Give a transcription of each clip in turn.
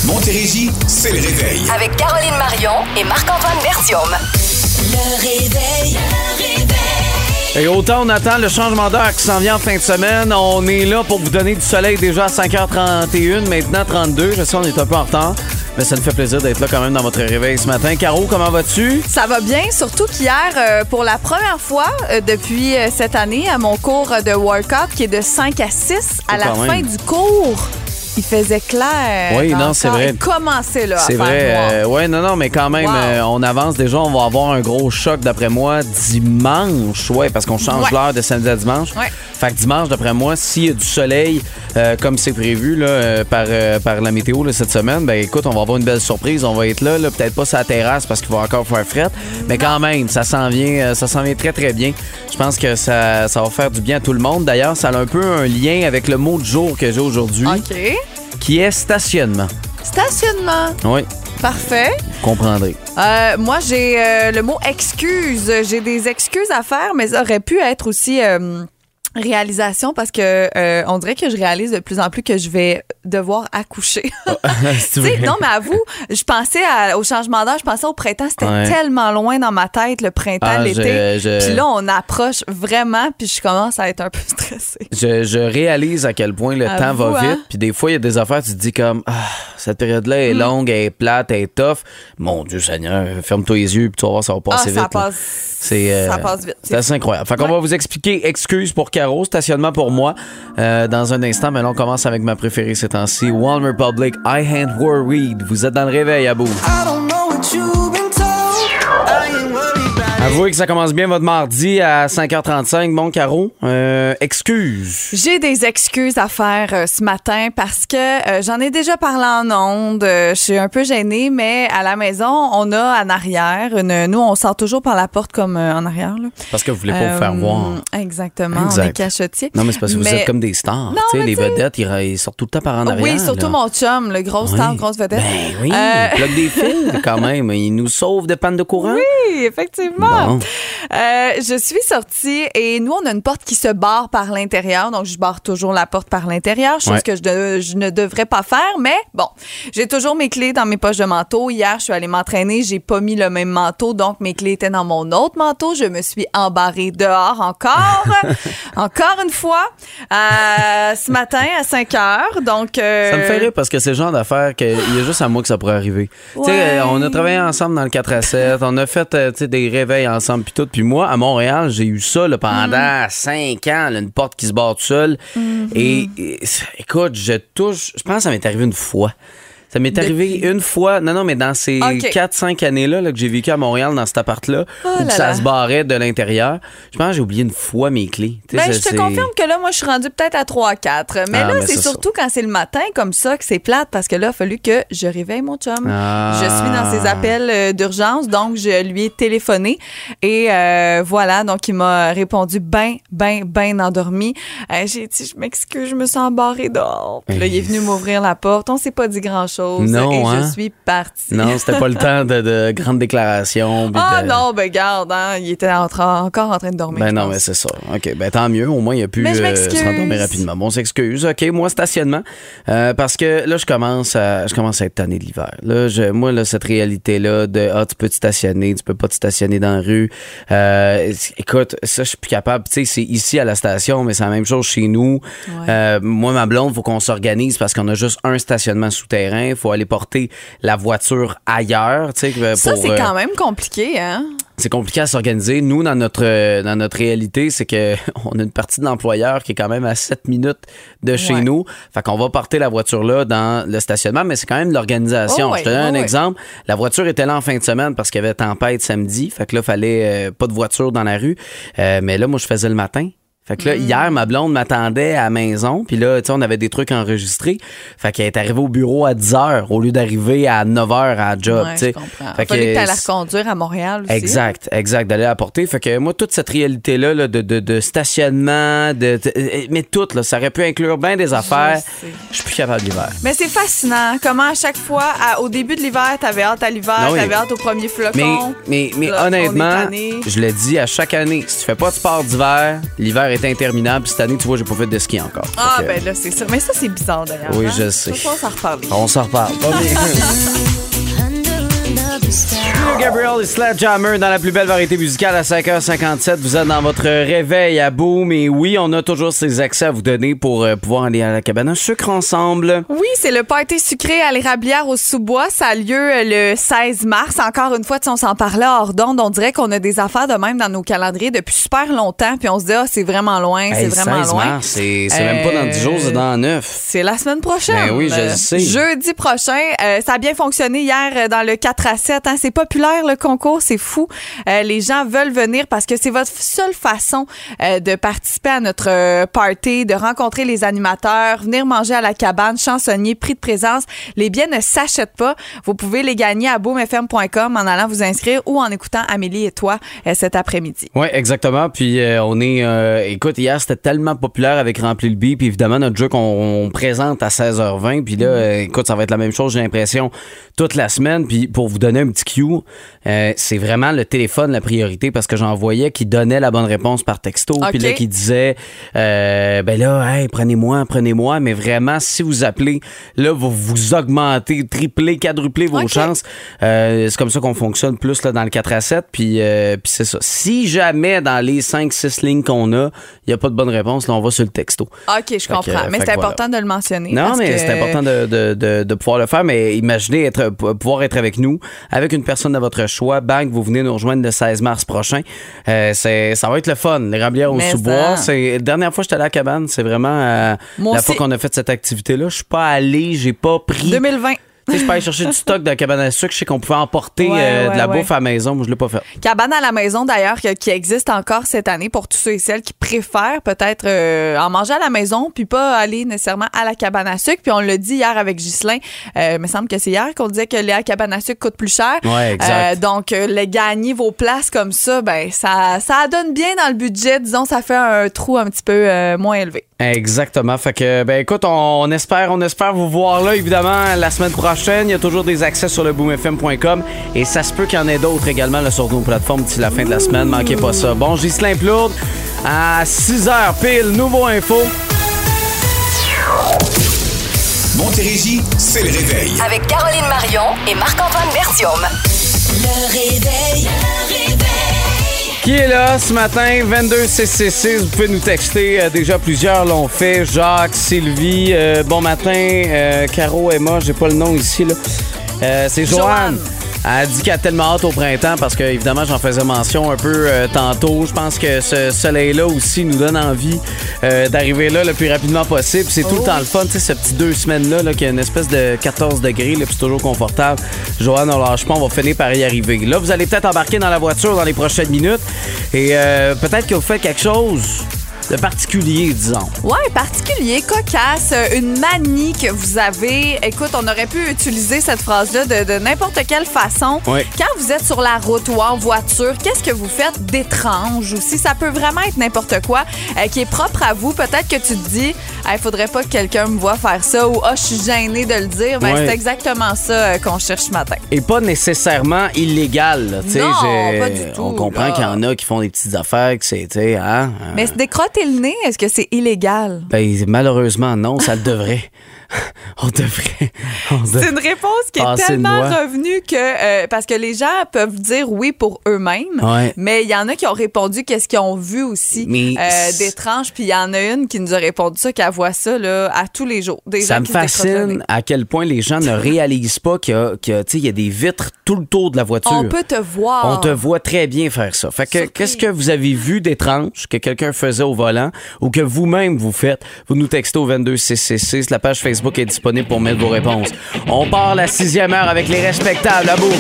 Montérégie, c'est le réveil. Avec Caroline Marion et Marc-Antoine Berthiaume. Le réveil. Et autant on attend le changement d'heure qui s'en vient en fin de semaine, on est là pour vous donner du soleil déjà à 5h31, maintenant 32. Je sais, on est un peu en retard, mais ça nous fait plaisir d'être là quand même dans votre réveil ce matin. Caro, comment vas-tu? Ça va bien, surtout qu'hier, pour la première fois depuis cette année, à mon cours de workout qui est de 5 à 6, à la fin du cours, il faisait clair. Oui, non, c'est vrai. Il commençait là c'est à faire vrai. Oui, non, mais quand même, on avance déjà. On va avoir un gros choc, d'après moi, dimanche. Oui, parce qu'on change l'heure de samedi à dimanche. Ouais. Fait que dimanche, d'après moi, s'il y a du soleil, comme c'est prévu là, par la météo là, cette semaine, ben écoute, on va avoir une belle surprise. On va être là peut-être pas sur la terrasse parce qu'il va encore faire fret, mais quand même, ça s'en vient très, très bien. Je pense que ça va faire du bien à tout le monde. D'ailleurs, ça a un peu un lien avec le mot du jour que j'ai aujourd'hui. OK. Qui est stationnement. Stationnement. Oui. Parfait. Vous comprendrez. Moi, j'ai le mot excuse. J'ai des excuses à faire, mais ça aurait pu être aussi réalisation parce que on dirait que je réalise de plus en plus que je vais devoir accoucher. Non, mais avoue, je pensais au changement d'heure, je pensais au printemps, c'était tellement loin dans ma tête, le printemps, l'été. Puis là, on approche vraiment, puis je commence à être un peu stressée. Je réalise à quel point le temps va vite, puis des fois, il y a des affaires, tu te dis comme, cette période-là est longue, elle est plate, elle est tough. Mon Dieu Seigneur, ferme-toi les yeux, puis tu vas voir, ça va passer vite. Ça passe vite. C'est assez incroyable. Fait qu'on va vous expliquer excuses pour Caro, stationnement pour moi. Dans un instant, mais là, on commence avec ma préférée ces temps-ci, One Republic, I Ain't Worried. Vous êtes dans le réveil à bout. Avouez que ça commence bien votre mardi à 5h35. Bon, Caro, excuses. J'ai des excuses à faire ce matin parce que j'en ai déjà parlé en ondes. Je suis un peu gênée, mais à la maison, on a en arrière, nous, on sort toujours par la porte comme en arrière. Là. Parce que vous voulez pas vous faire voir. Exactement, on est cachotiers. Non, mais c'est parce que vous êtes comme des stars. Non, les vedettes, ils sortent tout le temps par en arrière. Oui, surtout mon chum, le gros star, grosse vedette. Ben oui, il plug des fils quand même. Il nous sauve de panne de courant. Oui, effectivement. Bon. Je suis sortie et nous, on a une porte qui se barre par l'intérieur. Donc, je barre toujours la porte par l'intérieur, chose que je ne devrais pas faire. Mais bon, j'ai toujours mes clés dans mes poches de manteau. Hier, je suis allée m'entraîner. J'ai pas mis le même manteau. Donc, mes clés étaient dans mon autre manteau. Je me suis embarrée dehors encore. Encore une fois. Ce matin, à 5 heures. Donc, ça me fait rire parce que c'est le genre d'affaire qu'il y a juste à moi que ça pourrait arriver. Tu sais, on a travaillé ensemble dans le 4 à 7. On a fait des réveils ensemble puis tout. Puis moi, à Montréal, j'ai eu ça là, pendant 5 ans, là, une porte qui se barre tout seul. Et écoute, je pense que ça m'est arrivé une fois. Ça m'est arrivé une fois, non, mais dans ces 4-5 années-là que j'ai vécu à Montréal, dans cet appart-là, où ça se barrait de l'intérieur, je pense que j'ai oublié une fois mes clés. Ben, je te confirme que là, moi, je suis rendue peut-être à 3-4. Mais là, c'est surtout quand c'est le matin comme ça que c'est plate, parce que là, il a fallu que je réveille mon chum. Je suis dans ses appels d'urgence, donc je lui ai téléphoné. Et voilà, donc il m'a répondu ben endormi. J'ai dit, je m'excuse, je me sens embarrée dehors. Puis là, il est venu m'ouvrir la porte. On s'est pas dit grand-chose. Non, je suis partie. Non, c'était pas le temps de grandes déclarations. Non, ben garde, il était encore en train de dormir. Ben non, mais c'est ça. OK, ben tant mieux. Au moins, il a pu se rendormir rapidement. Bon, on s'excuse. OK, moi, stationnement. Parce que là, je commence à être tanné de l'hiver. Là, moi, cette réalité-là de tu peux te stationner, tu peux pas te stationner dans la rue. Écoute, ça, je suis plus capable. Tu sais, c'est ici à la station, mais c'est la même chose chez nous. Moi, ma blonde, il faut qu'on s'organise parce qu'on a juste un stationnement souterrain. Il faut aller porter la voiture ailleurs. Ça, c'est quand même compliqué, hein? C'est compliqué à s'organiser. Nous, dans notre réalité, c'est que on a une partie de l'employeur qui est quand même à 7 minutes de chez nous. Fait qu'on va porter la voiture là dans le stationnement, mais c'est quand même de l'organisation. Je te donne un exemple. La voiture était là en fin de semaine parce qu'il y avait tempête samedi. Fait que là, fallait pas de voiture dans la rue. Mais là, moi, je faisais le matin. Fait que là, hier, ma blonde m'attendait à la maison. Puis là, tu sais, on avait des trucs enregistrés. Fait qu'elle est arrivée au bureau à 10h au lieu d'arriver à 9h à la job. Ouais, je comprends. Fait fallait que t'allais la reconduire à Montréal aussi. Exact, d'aller la porter. Fait que moi, toute cette réalité-là là, de stationnement, mais tout, là, ça aurait pu inclure bien des affaires. Je suis plus capable d'hiver. Mais c'est fascinant. Comment à chaque fois, au début de l'hiver, t'avais hâte à l'hiver, t'avais hâte au premier flocon. Mais honnêtement, je le dis à chaque année, si tu fais pas de sport d'hiver, l'hiver est être interminable. Puis cette année, tu vois, j'ai pas fait de ski encore. Ah, ben là, c'est sûr. Mais ça, c'est bizarre d'ailleurs. Oui, hein? je sais. On s'en reparle. On s'en reparle. Gabriel et Sledgehammer dans la plus belle variété musicale à 5h57. Vous êtes dans votre réveil à Boom. Et oui, on a toujours ces accès à vous donner pour pouvoir aller à la cabane à sucre ensemble. Oui, c'est le party sucré à l'Érablière au Sous-Bois. Ça a lieu le 16 mars. Encore une fois, on s'en parlait hors d'onde. On dirait qu'on a des affaires de même dans nos calendriers depuis super longtemps. Puis on se dit, c'est vraiment loin, c'est vraiment 16 loin. mars, c'est même pas dans 10 jours, c'est dans 9. C'est la semaine prochaine. Ben oui, je le sais. Jeudi prochain. Ça a bien fonctionné hier dans le 4-7. Hein. C'est populaire le concours, c'est fou. Les gens veulent venir parce que c'est votre seule façon de participer à notre party, de rencontrer les animateurs, venir manger à la cabane, chansonnier, prix de présence. Les billets ne s'achètent pas. Vous pouvez les gagner à boomfm.com en allant vous inscrire ou en écoutant Amélie et toi cet après-midi. Oui, exactement. Puis on est... écoute, hier, c'était tellement populaire avec Rempli le Beat. Puis évidemment, notre jeu qu'on présente à 16h20. Puis là, écoute, ça va être la même chose, j'ai l'impression, toute la semaine. Puis pour vous donner un petit cue, c'est vraiment le téléphone la priorité parce que j'en voyais qui donnait la bonne réponse par texto. Okay. Puis là, qui disait, ben là, hey, prenez-moi. Mais vraiment, si vous appelez, là, vous augmentez, triplez, quadruplez vos chances. C'est comme ça qu'on fonctionne plus là, dans le 4-7. Puis c'est ça. Si jamais dans les 5-6 lignes qu'on a, il n'y a pas de bonne réponse, là, on va sur le texto. OK, je comprends. Mais c'est important de le mentionner. Non, mais c'est important de pouvoir le faire. Mais imaginez pouvoir être avec nous, avec une personne de votre choix. Bang, vous venez nous rejoindre le 16 mars prochain. Ça va être le fun. Les Rablières au Sous-Bois. C'est la dernière fois que j'étais allé à la cabane. C'est vraiment la fois qu'on a fait cette activité-là. Je suis pas allé, j'ai pas pris. 2020. Je suis pas allé chercher du stock de la cabane à sucre. Je sais qu'on pouvait emporter de la bouffe à la maison. Moi, je l'ai pas fait. Cabane à la maison, d'ailleurs, qui existe encore cette année pour tous ceux et celles qui préfèrent peut-être en manger à la maison puis pas aller nécessairement à la cabane à sucre. Puis on l'a dit hier avec Ghislain. Il me semble que c'est hier qu'on disait que les cabane à sucre coûtent plus cher. Ouais, exact. Donc, les gagner vos places comme ça, ben ça donne bien dans le budget. Disons, ça fait un trou un petit peu moins élevé. Exactement. Fait que, ben écoute, on espère vous voir là, évidemment, la semaine prochaine. Il y a toujours des accès sur le boomfm.com et ça se peut qu'il y en ait d'autres également là, sur nos plateformes d'ici la fin de la semaine. Manquez pas ça. Bon, Ghislain Plourde, à 6h pile, nouveau info. Montérégie, c'est le réveil. Avec Caroline Marion et Marc-Antoine Berthiaume. Le réveil. Qui est là ce matin? 22666. Vous pouvez nous texter. Déjà, plusieurs l'ont fait. Jacques, Sylvie, bon matin. Caro, Emma, j'ai pas le nom ici. Là. C'est Joanne. Elle dit qu'elle a tellement hâte au printemps parce que, évidemment, j'en faisais mention un peu tantôt. Je pense que ce soleil-là aussi nous donne envie d'arriver là le plus rapidement possible. C'est tout le temps le fun, tu sais, ce petit 2 semaines-là là, qui a une espèce de 14 degrés, là, puis c'est toujours confortable. Joanne, on lâche pas, on va finir par y arriver. Là, vous allez peut-être embarquer dans la voiture dans les prochaines minutes et peut-être que vous faites quelque chose de particulier, disons. Ouais, particulier, cocasse, une manie que vous avez. Écoute, on aurait pu utiliser cette phrase-là de n'importe quelle façon. Ouais. Quand vous êtes sur la route ou en voiture, qu'est-ce que vous faites d'étrange aussi? Ça peut vraiment être n'importe quoi qui est propre à vous. Peut-être que tu te dis, il faudrait pas que quelqu'un me voie faire ça ou je suis gênée de le dire. Ben, c'est exactement ça qu'on cherche ce matin. Et pas nécessairement illégal. Là, non, pas du tout. On comprend qu'il y en a qui font des petites affaires, que c'est, tu sais, hein? Mais se décrotter le nez, est-ce que c'est illégal? Ben, malheureusement, non, ça le devrait. On devrait. C'est une réponse qui est tellement revenue que parce que les gens peuvent dire oui pour eux-mêmes, mais il y en a qui ont répondu qu'est-ce qu'ils ont vu aussi d'étrange, puis il y en a une qui nous a répondu ça, qu'elle voit ça là, à tous les jours. Ça me fascine à quel point les gens ne réalisent pas qu'il y a des vitres tout le tour de la voiture. On peut te voir. On te voit très bien faire ça. Fait que qu'est-ce que vous avez vu d'étrange que quelqu'un faisait au volant ou que vous-même vous faites? Vous nous textez au 22666. La page Facebook est disponible pour mettre vos réponses. On part la 6e heure avec les respectables. À boum!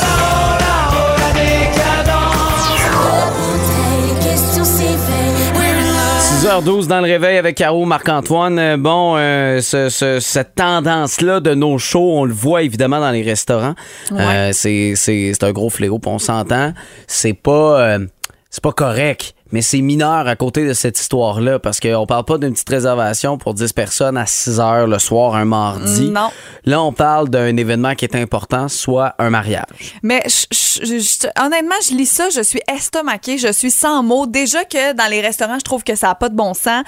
6h12 dans le réveil avec Caro, Marc-Antoine. Bon, cette tendance-là de nos shows, on le voit évidemment dans les restaurants. Ouais. C'est un gros fléau, puis on s'entend. C'est pas correct. Mais c'est mineur à côté de cette histoire-là parce qu'on parle pas d'une petite réservation pour 10 personnes à 6 heures le soir un mardi. Non. Là, on parle d'un événement qui est important, soit un mariage. Mais honnêtement, je lis ça, je suis estomaquée, je suis sans mots. Déjà que dans les restaurants, je trouve que ça n'a pas de bon sens.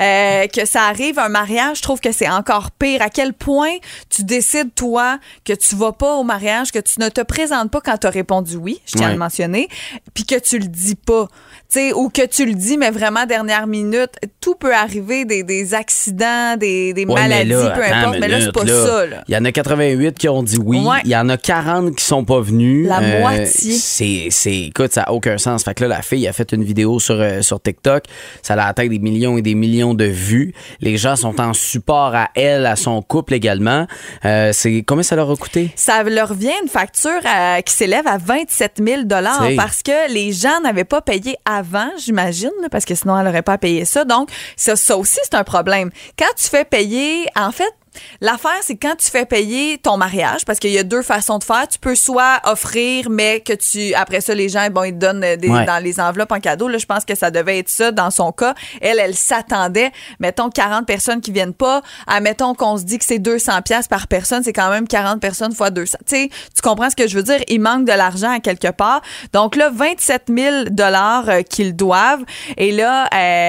Que ça arrive, un mariage, je trouve que c'est encore pire. À quel point tu décides, toi, que tu vas pas au mariage, que tu ne te présentes pas quand tu as répondu oui, je tiens à le mentionner, puis que tu le dis pas. Ou que tu le dis, mais vraiment dernière minute. Tout peut arriver, des accidents, des maladies, peu importe. Mais là, c'est pas ça. Là. Il y en a 88 qui ont dit oui. Il y en a 40 qui sont pas venus. La moitié. Écoute, ça n'a aucun sens. Fait que là, la fille a fait une vidéo sur TikTok. Ça a atteint des millions et des millions de vues. Les gens sont en support à elle, à son couple également. Combien ça leur a coûté? Ça leur vient une facture qui s'élève à 27 000 $ parce que les gens n'avaient pas payé avant, j'imagine, parce que sinon, elle n'aurait pas payé ça. Donc, ça aussi, c'est un problème. Quand tu fais payer, en fait, l'affaire, c'est quand tu fais payer ton mariage, parce qu'il y a deux façons de faire. Tu peux soit offrir, mais que après ça, les gens, ils te donnent dans les enveloppes en cadeau. Là, je pense que ça devait être ça dans son cas. Elle s'attendait, mettons, 40 personnes qui viennent pas. Admettons qu'on se dit que c'est 200$ par personne, c'est quand même 40 personnes fois 200. Tu sais, tu comprends ce que je veux dire? Il manque de l'argent à quelque part. Donc là, 27 000 $ qu'ils doivent. Et là,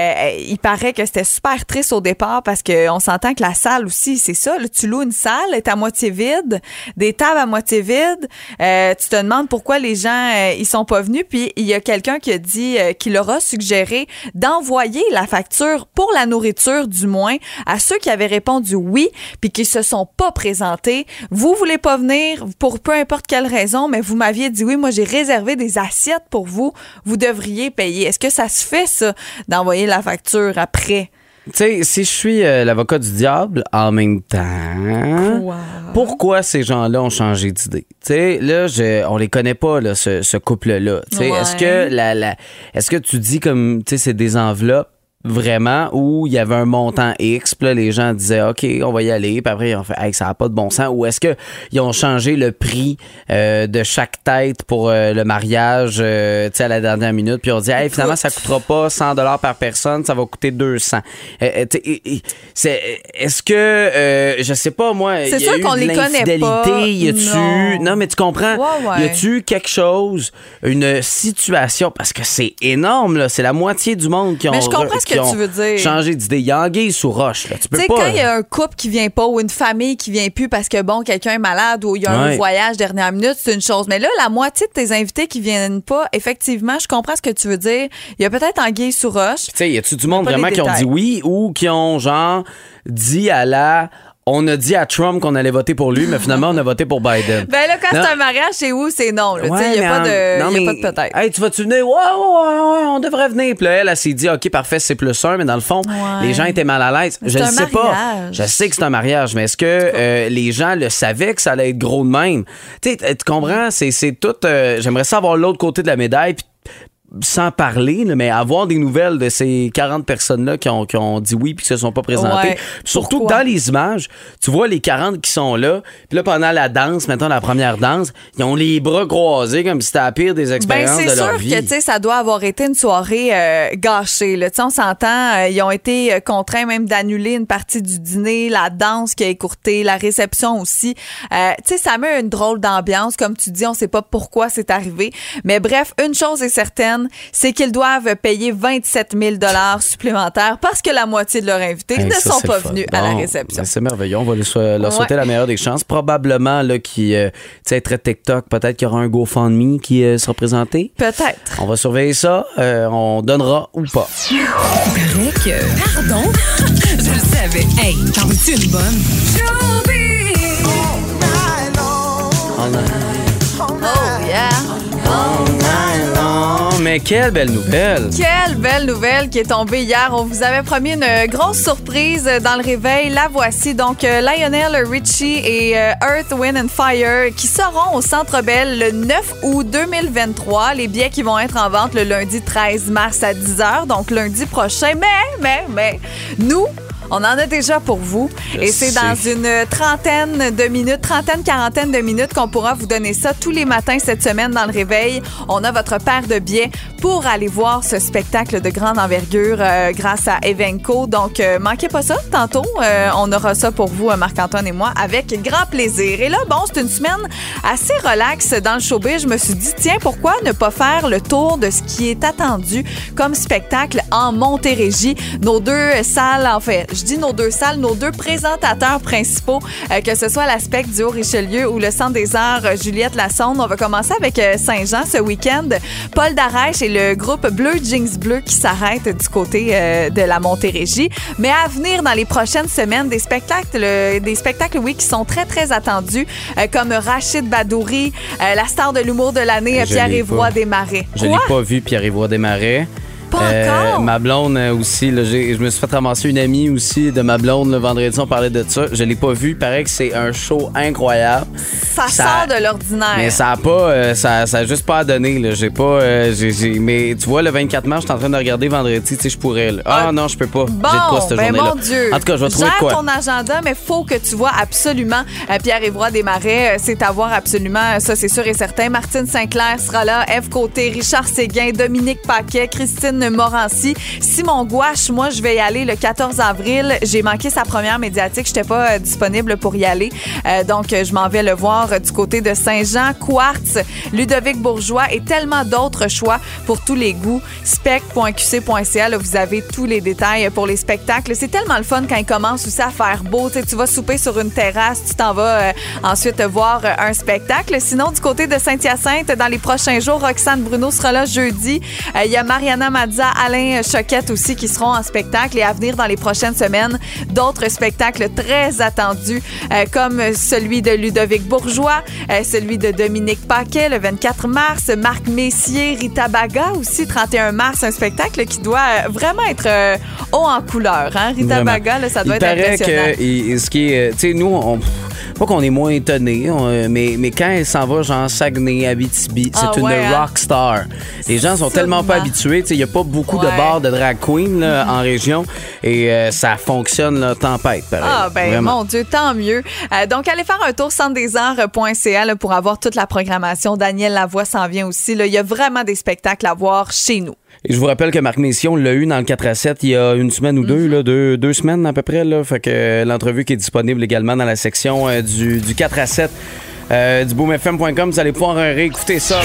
il paraît que c'était super triste au départ parce qu'on s'entend que la salle aussi, c'est ça, là, tu loues une salle, elle est à moitié vide, des tables à moitié vides, tu te demandes pourquoi les gens ils sont pas venus, puis il y a quelqu'un qui a dit qui leur a suggéré d'envoyer la facture pour la nourriture du moins à ceux qui avaient répondu oui puis qui se sont pas présentés. Vous voulez pas venir pour peu importe quelle raison, mais vous m'aviez dit oui, moi j'ai réservé des assiettes pour vous, vous devriez payer. Est-ce que ça se fait ça d'envoyer la facture après? Tu sais, si je suis l'avocat du diable, en même temps, pourquoi ces gens-là ont changé d'idée? Tu sais, là, on les connaît pas, là, ce couple-là. Tu sais, est-ce que tu dis comme, tu sais, c'est des enveloppes vraiment où il y avait un montant X, puis là, les gens disaient OK, on va y aller, puis après ils ont fait hey, ça n'a pas de bon sens, ou est-ce que ils ont changé le prix de chaque tête pour le mariage tu sais, à la dernière minute, puis on dit hey, finalement ça coûtera pas 100$ par personne, ça va coûter 200. Est-ce que je sais pas moi, c'est sûr qu'on les connaît pas. Y a-tu non mais tu comprends, y a-tu quelque chose, une situation, parce que c'est énorme là, c'est la moitié du monde qui ont tu veux dire. Changer d'idée. Il y a anguille sous roche. Tu peux pas. Quand il y a un couple qui vient pas ou une famille qui vient plus parce que bon, quelqu'un est malade ou il y a un voyage dernière minute, c'est une chose. Mais là, la moitié de tes invités qui viennent pas, effectivement, je comprends ce que tu veux dire. Il y a peut-être anguille sous roche. Tu sais, y a-tu du monde vraiment qui ont dit oui ou qui ont genre dit on a dit à Trump qu'on allait voter pour lui, mais finalement, on a voté pour Biden. Ben là, quand c'est un mariage, c'est où? C'est non. Il n'y a pas de peut-être. Hey, tu vas-tu venir? Ouais, on devrait venir. Puis là, elle s'est dit, OK, parfait, c'est +1, mais dans le fond, les gens étaient mal à l'aise. Je ne sais pas. Je sais que c'est un mariage, mais est-ce que les gens le savaient que ça allait être gros de même? Tu comprends? C'est tout... j'aimerais ça avoir l'autre côté de la médaille, puis sans parler, mais avoir des nouvelles de ces 40 personnes-là qui ont dit oui puis qui se sont pas présentées. Surtout que dans les images, tu vois les 40 qui sont là, puis là, pendant la danse, mettons la première danse, ils ont les bras croisés comme si c'était la pire des expériences de leur vie. C'est sûr que ça doit avoir été une soirée gâchée. Là. On s'entend, ils ont été contraints même d'annuler une partie du dîner, la danse qui a écourté, la réception aussi. Ça met une drôle d'ambiance. Comme tu dis, on sait pas pourquoi c'est arrivé. Mais bref, une chose est certaine, c'est qu'ils doivent payer 27 000 $ supplémentaires parce que la moitié de leurs invités ne sont pas venus à la réception. C'est merveilleux. On va leur souhaiter la meilleure des chances. Probablement là, très TikTok, peut-être qu'il y aura un GoFundMe qui sera présenté. Peut-être. On va surveiller ça. On donnera ou pas. Pardon? Je le savais. Hey, t'en veux-tu une bonne? Oh yeah! Mais quelle belle nouvelle! Quelle belle nouvelle qui est tombée hier. On vous avait promis une grosse surprise dans le réveil. La voici. Donc, Lionel Richie et Earth, Wind and Fire qui seront au Centre Bell le 9 août 2023. Les billets qui vont être en vente le lundi 13 mars à 10h, donc lundi prochain. Mais, nous, On en a déjà pour vous. Et c'est dans une quarantaine de minutes qu'on pourra vous donner ça tous les matins cette semaine dans le réveil. On a votre paire de billets pour aller voir ce spectacle de grande envergure grâce à Evenco. Donc, manquez pas ça. Tantôt, on aura ça pour vous, Marc-Antoine et moi, avec grand plaisir. Et là, bon, c'est une semaine assez relax dans le showbiz. Je me suis dit, tiens, pourquoi ne pas faire le tour de ce qui est attendu comme spectacle en Montérégie? Nos deux salles, en fait, je dis nos deux salles, nos deux présentateurs principaux, que ce soit l'Aspect du Haut-Richelieu ou le Centre des Arts Juliette Lassonde. On va commencer avec Saint-Jean ce week-end. Paul Darèche et le groupe Bleu Jeans Bleu qui s'arrêtent du côté de la Montérégie. Mais à venir dans les prochaines semaines, des spectacles, oui, qui sont très, très attendus, comme Rachid Badouri, la star de l'humour de l'année, Pierre-Yves Roy Desmarais. Je l'ai pas vu, Pierre-Yves Roy Desmarais. Pas encore? Ma blonde aussi, là, je me suis fait ramasser une amie aussi de ma blonde le vendredi, on parlait de ça. Je l'ai pas vu, il paraît que c'est un show incroyable. Ça sort de l'ordinaire. Mais ça a pas, ça a juste pas à donner, là. J'ai pas, mais tu vois, le 24 mars, je suis en train de regarder vendredi, tu sais, je pourrais, là. Ah non, je peux pas. Bon, j'ai de quoi cette journée-là. Mon Dieu. En tout cas, je vais trouver de quoi. Gère ton agenda, mais faut que tu vois absolument Pierre-Yves Roy Desmarais. C'est à voir absolument, ça c'est sûr et certain. Martine Sinclair sera là, Ève Côté, Richard Séguin, Dominique Paquet, Christine Morancy, Simon Gouache. Moi, je vais y aller le 14 avril. J'ai manqué sa première médiatique. J'étais pas disponible pour y aller. Donc, je m'en vais le voir du côté de Saint-Jean. Quartz, Ludovic Bourgeois et tellement d'autres choix pour tous les goûts. spec.qc.ca, là, vous avez tous les détails pour les spectacles. C'est tellement le fun quand il commence aussi à faire beau. Tu vas souper sur une terrasse, tu t'en vas ensuite voir un spectacle. Sinon, du côté de Saint-Hyacinthe, dans les prochains jours, Roxane Bruno sera là jeudi. Il y a Mariana Mazza, Alain Choquette aussi qui seront en spectacle, et à venir dans les prochaines semaines, d'autres spectacles très attendus comme celui de Ludovic Bourgeois, celui de Dominique Paquet le 24 mars, Marc Messier, Rita Baga aussi 31 mars, un spectacle qui doit vraiment être haut en couleur. Hein? Rita Vraiment. Baga, là, ça doit être impressionnant. Ce qui est, tu sais, nous, pas qu'on est moins étonnés, mais quand elle s'en va, genre Saguenay, Abitibi, c'est une rock star. Les gens sont tellement pas habitués. Il n'y a pas beaucoup de bars de drag queen là, en région, et ça fonctionne, là, tempête. Pareil. Ah, ben vraiment. Mon Dieu, tant mieux. Donc, allez faire un tour centredesarts.ca pour avoir toute la programmation. Daniel Lavoie s'en vient aussi. Il y a vraiment des spectacles à voir chez nous. Et je vous rappelle que Marc Messier, on l'a eu dans le 4-7 il y a une semaine ou deux, là, deux semaines à peu près. Là. Fait que l'entrevue qui est disponible également dans la section du 4-7 du boomfm.com. Vous allez pouvoir réécouter ça.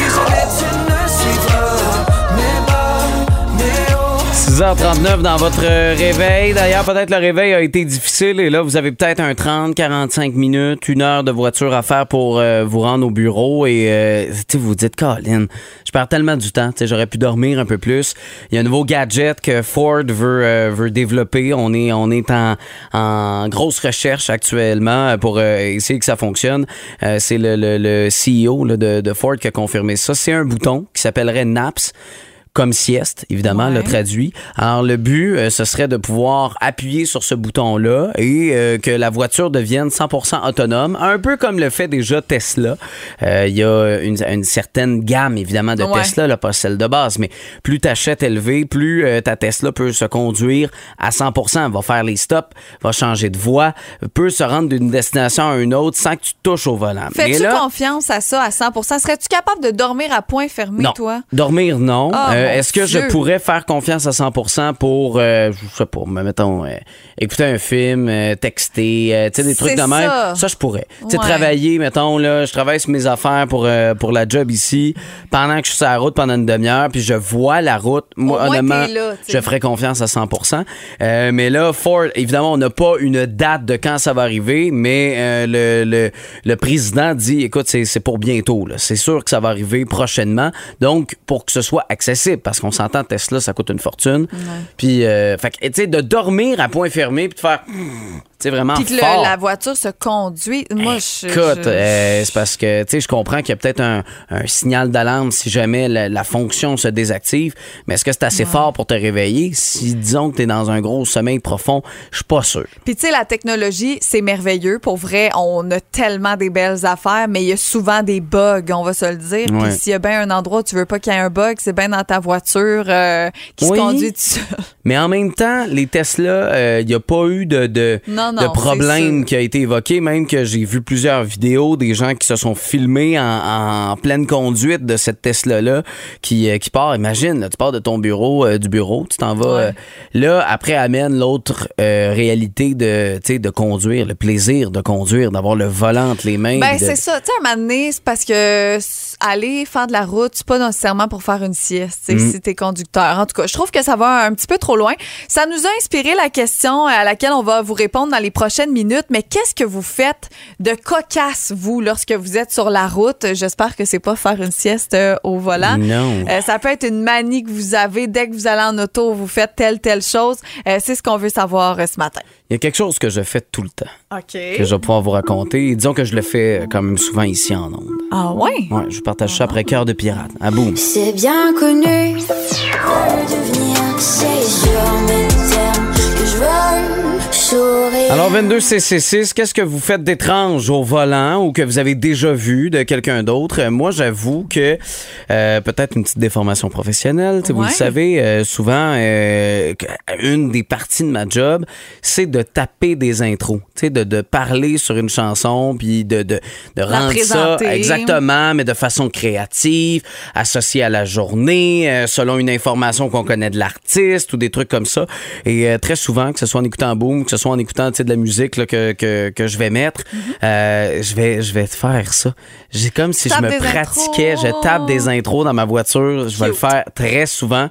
6h39 dans votre réveil. D'ailleurs, peut-être le réveil a été difficile et là, vous avez peut-être un 30-45 minutes, 1 heure de voiture à faire pour vous rendre au bureau et vous vous dites, Colin, je perds tellement du temps, j'aurais pu dormir un peu plus. Il y a un nouveau gadget que Ford veut développer. On est en grosse recherche actuellement pour essayer que ça fonctionne. C'est le CEO là, de Ford qui a confirmé ça. C'est un bouton qui s'appellerait Naps. Comme sieste, évidemment, le traduit. Alors, le but, ce serait de pouvoir appuyer sur ce bouton-là et que la voiture devienne 100% autonome, un peu comme le fait déjà Tesla. Il y a une certaine gamme, évidemment, de Tesla, là, pas celle de base, mais plus t'achètes élevé, plus ta Tesla peut se conduire à 100%, va faire les stops, va changer de voie, peut se rendre d'une destination à une autre sans que tu touches au volant. Fais-tu confiance à ça à 100%? Serais-tu capable de dormir à point fermé, toi? Dormir, non. Est-ce que je pourrais faire confiance à 100% pour, je sais pas, mettons, écouter un film, texter, tu sais, des trucs de même? Ça, je pourrais. Tu sais, travailler, mettons, là, je travaille sur mes affaires pour la job ici, pendant que je suis sur la route pendant une demi-heure, puis je vois la route. Moi, honnêtement, je ferais confiance à 100%. Mais là, Ford, évidemment, on n'a pas une date de quand ça va arriver, mais le président dit, écoute, c'est pour bientôt, là. C'est sûr que ça va arriver prochainement. Donc, pour que ce soit accessible, parce qu'on s'entend, Tesla, ça coûte une fortune. Puis, fait que, tu sais, de dormir à point fermé puis de faire... vraiment puis que fort. la voiture se conduit. Moi, Écoute, c'est parce que, je comprends qu'il y a peut-être un signal d'alarme si jamais la fonction se désactive, mais est-ce que c'est assez fort pour te réveiller? Si, disons que t'es dans un gros sommeil profond, je suis pas sûr. Puis, tu sais, la technologie, c'est merveilleux. Pour vrai, on a tellement des belles affaires, mais il y a souvent des bugs, on va se le dire. Ouais. Puis, s'il y a bien un endroit où tu veux pas qu'il y ait un bug, c'est bien dans ta voiture qui se conduit tout seul. Mais en même temps, les Tesla, il n'y a pas eu de problème qui a été évoqué, même que j'ai vu plusieurs vidéos des gens qui se sont filmés en pleine conduite de cette Tesla-là qui part. Imagine, là, tu pars de ton bureau, tu t'en vas. Là, après, amène l'autre réalité de conduire, le plaisir de conduire, d'avoir le volant entre les mains. Ben, c'est ça. Tu sais, à un moment donné, c'est parce que aller faire de la route, c'est pas nécessairement pour faire une sieste, si t'es conducteur. En tout cas, je trouve que ça va un petit peu trop loin. Ça nous a inspiré la question à laquelle on va vous répondre dans les prochaines minutes. Mais qu'est-ce que vous faites de cocasse, vous, lorsque vous êtes sur la route? J'espère que c'est pas faire une sieste au volant. Non. Ça peut être une manie que vous avez. Dès que vous allez en auto, vous faites telle chose. C'est ce qu'on veut savoir ce matin. Il y a quelque chose que je fais tout le temps. OK. Que je vais pouvoir vous raconter. Disons que je le fais quand même souvent ici en ondes. Ah ouais? Ouais, je partage ça après Cœur de pirate. À boum. C'est bien connu. Devenir, c'est sur mes termes que je veux sourire. Alors 22CC6, qu'est-ce que vous faites d'étrange au volant ou que vous avez déjà vu de quelqu'un d'autre? Moi, j'avoue que peut-être une petite déformation professionnelle. Vous le savez, souvent, une des parties de ma job, c'est de taper des intros. De parler sur une chanson puis de rendre ça exactement, mais de façon créative, associée à la journée, selon une information qu'on connaît de l'artiste ou des trucs comme ça. Et très souvent, que ce soit en écoutant Boom, que ce soit en écoutant de la musique là, que je vais mettre, je vais faire ça. J'ai comme si je me pratiquais, je tape des intros dans ma voiture, je vais le faire très souvent.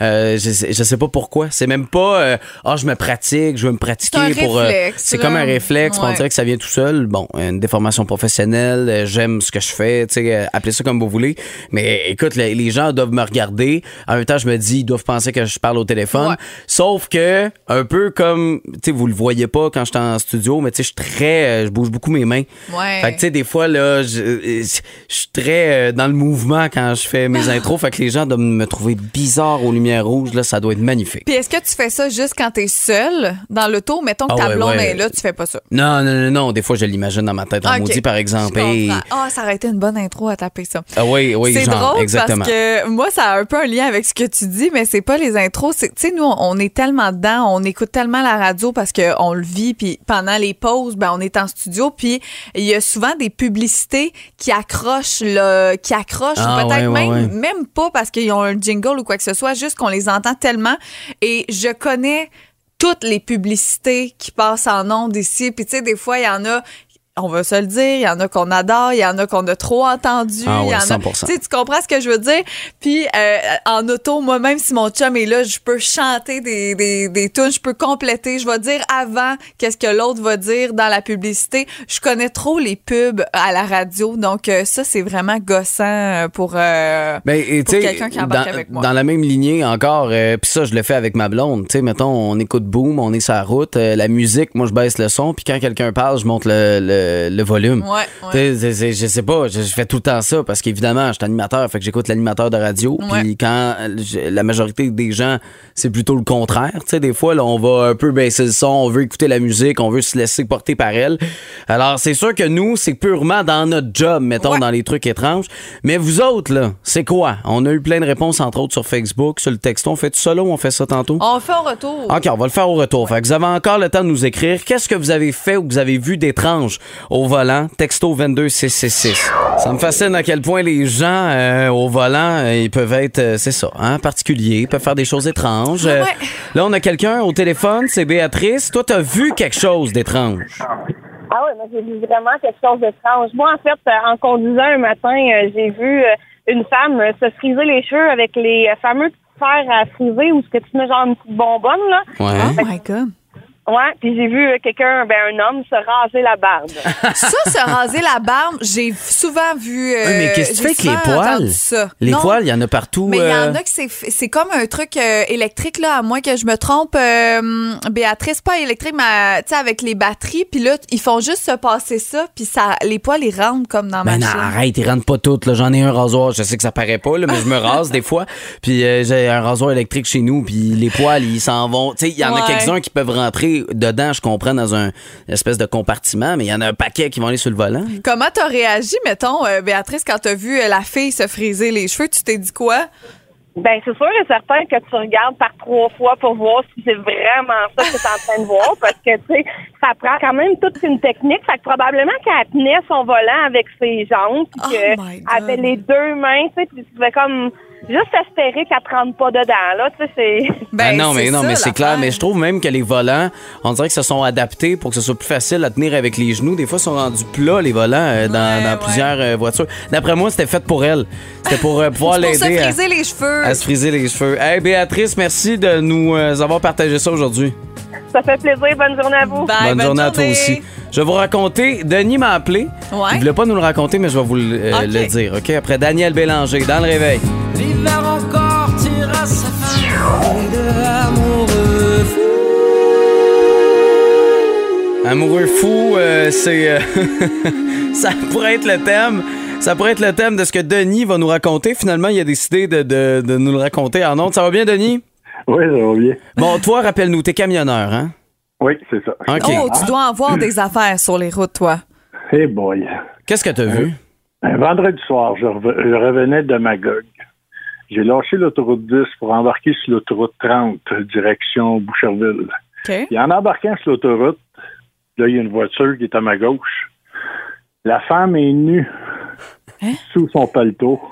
Je sais pas pourquoi. C'est même pas je me pratique, je veux me pratiquer pour réflexe, c'est comme un réflexe, on dirait que ça vient tout seul. Bon, une déformation professionnelle, j'aime ce que je fais, appelez ça comme vous voulez. Mais écoute, les gens doivent me regarder. En même temps, je me dis, ils doivent penser que je parle au téléphone. Ouais. Sauf que, un peu comme, vous le voyez pas quand je suis en studio, mais je bouge beaucoup mes mains. Ouais. Fait que des fois, là, je suis très dans le mouvement quand je fais mes intros. Fait que les gens doivent me trouver bizarre aux lumières rouges. Là, ça doit être magnifique. Puis est-ce que tu fais ça juste quand t'es seul dans l'auto? Mettons que ta blonde est là, tu fais pas ça. Non. Des fois, je l'imagine dans ma tête en maudit, par exemple. Ça aurait été une bonne intro à taper ça. Ah oui, c'est genre, drôle exactement. Parce que moi, ça a un peu un lien avec ce que tu dis, mais c'est pas les intros. Tu sais, nous, on est tellement dedans, on écoute tellement la radio parce qu'on le vit, puis pendant les pauses, on est en studio, puis il y a souvent des publicités qui accrochent, peut-être même pas parce qu'ils ont un jingle ou quoi que ce soit, juste qu'on les entend tellement. Et je connais toutes les publicités qui passent en ondes ici. Puis tu sais, des fois, il y en a, on va se le dire, il y en a qu'on adore, il y en a qu'on a trop entendu. Ah il y en 100%. Tu comprends ce que je veux dire? Puis en auto, moi, même si mon chum est là, je peux chanter des tunes, je peux compléter, je vais dire avant qu'est-ce que l'autre va dire dans la publicité. Je connais trop les pubs à la radio, donc ça, c'est vraiment gossant pour quelqu'un qui embarque avec moi. Dans la même lignée encore, puis ça, je le fais avec ma blonde. Tu sais, mettons, on écoute Boom, on est sur la route, la musique, moi, je baisse le son, puis quand quelqu'un parle, je monte le volume. Ouais. Je sais pas, je fais tout le temps ça parce qu'évidemment, je suis animateur, fait que j'écoute l'animateur de radio. Puis quand la majorité des gens, c'est plutôt le contraire. Tu sais, des fois, là, on va un peu baisser le son, on veut écouter la musique, on veut se laisser porter par elle. Alors, c'est sûr que nous, c'est purement dans notre job, mettons, dans les trucs étranges. Mais vous autres, là, c'est quoi? On a eu plein de réponses, entre autres, sur Facebook, sur le texto. On fait tout ça là ou on fait ça tantôt? On le fait au retour. OK, on va le faire au retour. Fait que vous avez encore le temps de nous écrire. Qu'est-ce que vous avez fait ou que vous avez vu d'étrange au volant? Texto 22666. Ça me fascine à quel point les gens au volant, ils peuvent être, particuliers, ils peuvent faire des choses étranges. Là, on a quelqu'un au téléphone, c'est Béatrice. Toi, t'as vu quelque chose d'étrange? Ah oui, moi j'ai vu vraiment quelque chose d'étrange. Moi, en fait, en conduisant un matin, j'ai vu une femme se friser les cheveux avec les fameux fers à friser où ce que tu mets genre une petite bonbonne, là. Ouais. Oh my God. Ouais, puis j'ai vu quelqu'un, un homme, se raser la barbe. Ça, se raser la barbe, j'ai souvent vu. Mais qu'est-ce que tu fais avec les poils? Les poils, il y en a partout. Mais il y en a que c'est comme un truc électrique, là, à moins que je me trompe. Béatrice, pas électrique, mais tu sais, avec les batteries, puis là, ils font juste se passer ça, puis les poils, ils rentrent comme dans ma machine. Non, arrête, ils rentrent pas toutes. Là. J'en ai un rasoir, je sais que ça paraît pas, là, mais je me rase des fois. Puis j'ai un rasoir électrique chez nous, puis les poils, ils s'en vont. Tu sais, il y en a quelques-uns qui peuvent rentrer dedans, je comprends, dans une espèce de compartiment, mais il y en a un paquet qui vont aller sur le volant. Comment t'as réagi, mettons, Béatrice, quand t'as vu la fille se friser les cheveux? Tu t'es dit quoi? C'est sûr et certain que tu regardes par 3 fois pour voir si c'est vraiment ça que tu es en train de voir, parce que, tu sais, ça prend quand même toute une technique. Fait que probablement qu'elle tenait son volant avec ses jambes, puis qu'elle avait les 2 mains, tu sais, puis tu pouvais comme juste espérer qu'elle ne rentre pas dedans, là, tu sais, c'est... mais c'est clair. Mais je trouve même que les volants, on dirait que se sont adaptés pour que ce soit plus facile à tenir avec les genoux. Des fois, ils sont rendus plats, les volants, dans plusieurs voitures. D'après moi, c'était fait pour elle. C'était pour pouvoir l'aider à se friser les cheveux. À se friser les cheveux. Hey, Béatrice, merci de nous avoir partagé ça aujourd'hui. Ça fait plaisir. Bonne journée à vous. Bye, bonne journée à toi aussi. Je vais vous raconter. Denis m'a appelé. Ouais. Il voulait pas nous le raconter, mais je vais vous le dire. OK? Après Daniel Bélanger, dans le réveil. L'hiver encore tira sa fin de amoureux fou. Amoureux fou, c'est... ça pourrait être le thème. Ça pourrait être le thème de ce que Denis va nous raconter. Finalement, il a décidé de nous le raconter en ondes. Ça va bien, Denis? Oui, ça va bien. Bon, toi, rappelle-nous, t'es camionneur, hein? Oui, c'est ça. Okay. Oh, tu dois avoir des affaires sur les routes, toi. Hey boy. Qu'est-ce que t'as vu? Un vendredi soir, je revenais de Magog. J'ai lâché l'autoroute 10 pour embarquer sur l'autoroute 30, direction Boucherville. Okay. Et en embarquant sur l'autoroute, là, il y a une voiture qui est à ma gauche. La femme est nue sous son paletot.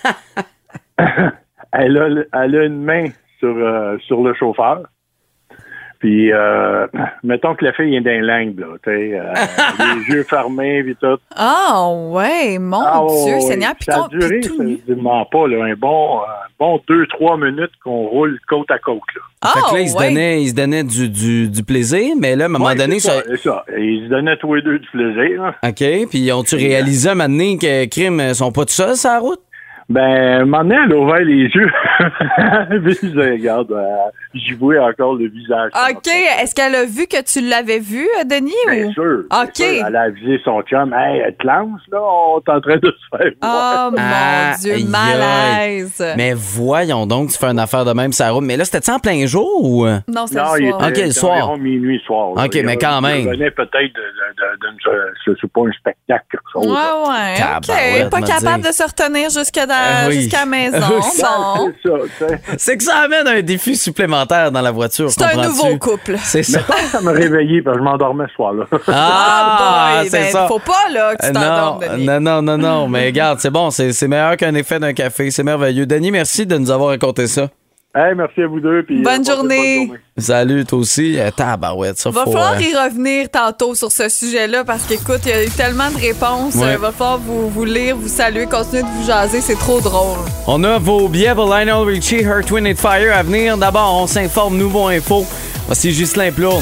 Elle a une main sur le chauffeur. Puis, mettons que la fille est d'un lingue, là, tu sais, les yeux fermés, puis tout. Ah, ouais, mon Dieu, Seigneur. Puis ça a duré, seulement pas, là, un bon 2-3 minutes qu'on roule côte à côte, là. Fait que là, il se donnait du plaisir, mais là, à un moment donné... C'est ça. Ils se donnaient tous les deux du plaisir, là. OK, puis ont-tu réalisé un moment donné que crime sont pas tout seuls sur la route? Un moment donné, elle a ouvert les yeux. Puis, regarde, j'y vois encore le visage. OK. Est-ce qu'elle a vu que tu l'avais vu, Denis? Bien sûr. OK. Bien sûr. Elle a avisé son chum. Hey, elle te lance, là, on est en train de se faire voir. Oh, mon Dieu, malaise. Mais voyons donc, tu fais une affaire de même, ça roule. Mais là, c'était-tu en plein jour ou? Non, c'est le soir. OK, le soir. Environ minuit, soir. Là. OK, mais quand même. Il venait peut-être c'est pas un spectacle, quelque chose. Ouais, OK. Pas capable de se retenir jusqu'à la maison. Bon. C'est que ça amène un défi supplémentaire dans la voiture. C'est un nouveau couple. C'est ça. Mais ça m'a réveillé parce que je m'endormais ce soir-là. C'est ça. Faut pas là que tu t'endormes, Denis. Non. Mais regarde, c'est bon. C'est meilleur qu'un effet d'un café. C'est merveilleux. Denis, merci de nous avoir raconté ça. Hey, merci à vous deux. Puis, bonne journée. Salut, toi aussi. Tabarouette, ça va falloir y revenir tantôt sur ce sujet-là parce qu'écoute, il y a eu tellement de réponses. Il va falloir vous lire, vous saluer, continuer de vous jaser. C'est trop drôle. On a vos billets pour Lionel Richie, Earth, Wind & Fire à venir. D'abord, on s'informe, nouveau info. Voici Ghislain Plourde.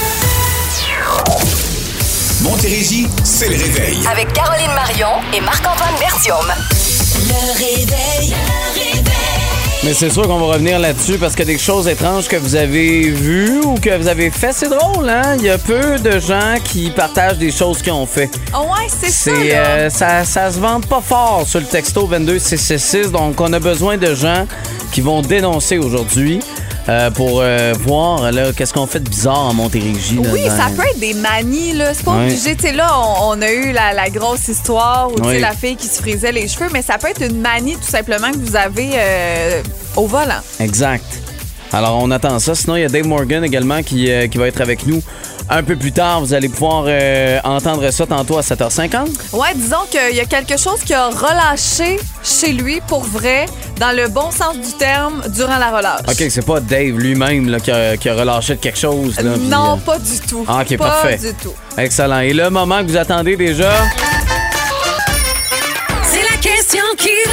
Montérégie, c'est le réveil. Avec Caroline Marion et Marc-Antoine Berthiaume. Le réveil. Mais c'est sûr qu'on va revenir là-dessus parce qu'il y a des choses étranges que vous avez vues ou que vous avez fait. C'est drôle, hein? Il y a peu de gens qui partagent des choses qu'ils ont fait. Oh ouais, c'est ça. Ça se vante pas fort sur le texto 22666. Donc, on a besoin de gens qui vont dénoncer aujourd'hui. Pour voir là, qu'est-ce qu'on fait de bizarre en Montérégie. Oui, ça peut être des manies. Là. C'est pas obligé. Tu sais, là, on a eu la grosse histoire où la fille qui se frisait les cheveux, mais ça peut être une manie tout simplement que vous avez au volant. Exact. Alors, on attend ça. Sinon, il y a Dave Morgan également qui va être avec nous un peu plus tard. Vous allez pouvoir entendre ça tantôt à 7h50. Ouais, disons qu'il y a quelque chose qui a relâché chez lui, pour vrai, dans le bon sens du terme, durant la relâche. OK, c'est pas Dave lui-même là, qui a relâché quelque chose. Là, non, pas du tout. Ah, OK, pas parfait. Du tout. Excellent. Et le moment que vous attendez déjà... C'est la question qui réveille.